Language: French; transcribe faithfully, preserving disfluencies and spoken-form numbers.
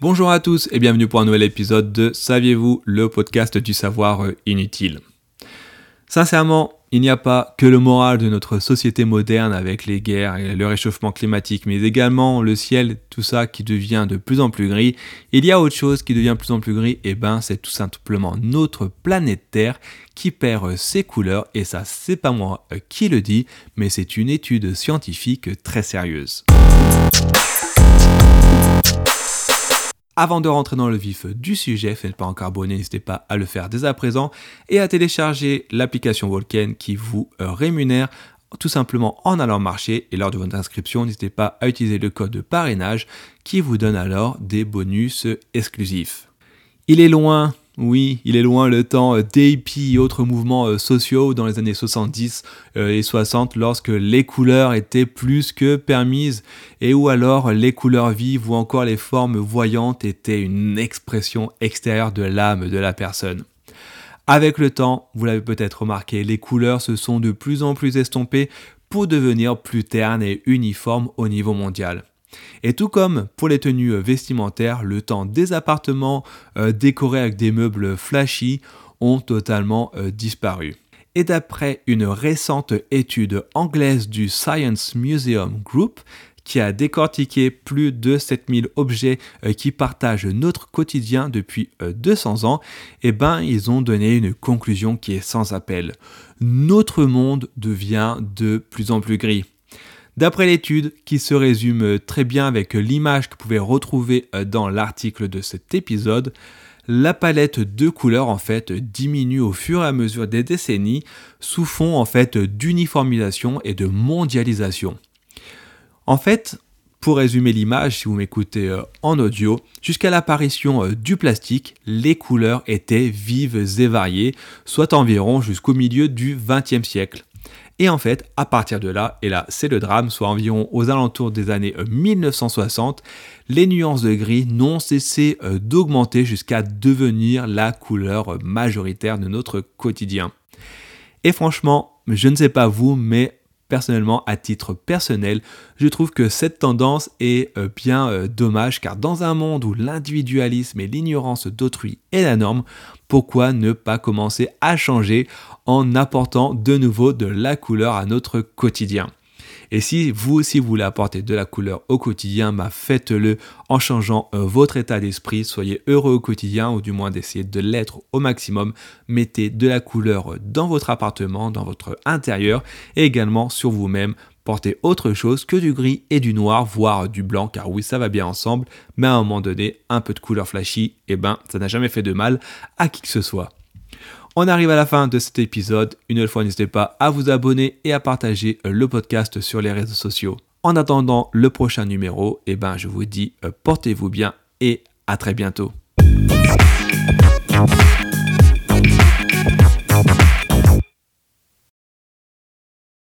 Bonjour à tous et bienvenue pour un nouvel épisode de Saviez-vous, le podcast du savoir inutile. Sincèrement, il n'y a pas que le moral de notre société moderne avec les guerres et le réchauffement climatique, mais également le ciel, tout ça qui devient de plus en plus gris. Il y a autre chose qui devient de plus en plus gris, et ben c'est tout simplement notre planète Terre qui perd ses couleurs, et ça c'est pas moi qui le dis, mais c'est une étude scientifique très sérieuse. Avant de rentrer dans le vif du sujet, si vous n'êtes pas encore abonné, n'hésitez pas à le faire dès à présent et à télécharger l'application Walken qui vous rémunère tout simplement en allant marcher. Et lors de votre inscription, n'hésitez pas à utiliser le code de parrainage qui vous donne alors des bonus exclusifs. Il est loin, oui, il est loin le temps des hippies et autres mouvements sociaux dans les années soixante-dix et soixante lorsque les couleurs étaient plus que permises et où alors les couleurs vives ou encore les formes voyantes étaient une expression extérieure de l'âme de la personne. Avec le temps, vous l'avez peut-être remarqué, les couleurs se sont de plus en plus estompées pour devenir plus ternes et uniformes au niveau mondial. Et tout comme pour les tenues vestimentaires, le temps des appartements euh, décorés avec des meubles flashy ont totalement euh, disparu. Et d'après une récente étude anglaise du Science Museum Group, qui a décortiqué plus de sept mille objets euh, qui partagent notre quotidien depuis euh, deux cents ans, eh ben, ils ont donné une conclusion qui est sans appel. Notre monde devient de plus en plus gris. D'après l'étude, qui se résume très bien avec l'image que vous pouvez retrouver dans l'article de cet épisode, la palette de couleurs en fait diminue au fur et à mesure des décennies sous fond en fait d'uniformisation et de mondialisation. En fait, pour résumer l'image, si vous m'écoutez en audio, jusqu'à l'apparition du plastique, les couleurs étaient vives et variées, soit environ jusqu'au milieu du vingtième siècle. Et en fait, à partir de là, et là c'est le drame, soit environ aux alentours des années mille neuf cent soixante, les nuances de gris n'ont cessé d'augmenter jusqu'à devenir la couleur majoritaire de notre quotidien. Et franchement, je ne sais pas vous, mais personnellement, à titre personnel, je trouve que cette tendance est bien dommage, car dans un monde où l'individualisme et l'ignorance d'autrui est la norme, pourquoi ne pas commencer à changer en apportant de nouveau de la couleur à notre quotidien ? Et si vous aussi vous voulez apporter de la couleur au quotidien, bah faites-le en changeant euh, votre état d'esprit, soyez heureux au quotidien ou du moins d'essayer de l'être au maximum. Mettez de la couleur dans votre appartement, dans votre intérieur et également sur vous-même. Portez autre chose que du gris et du noir, voire du blanc, car oui, ça va bien ensemble, mais à un moment donné, un peu de couleur flashy, eh ben, ça n'a jamais fait de mal à qui que ce soit. On arrive à la fin de cet épisode. Une fois, n'hésitez pas à vous abonner et à partager le podcast sur les réseaux sociaux. En attendant le prochain numéro, eh ben, je vous dis portez-vous bien et à très bientôt.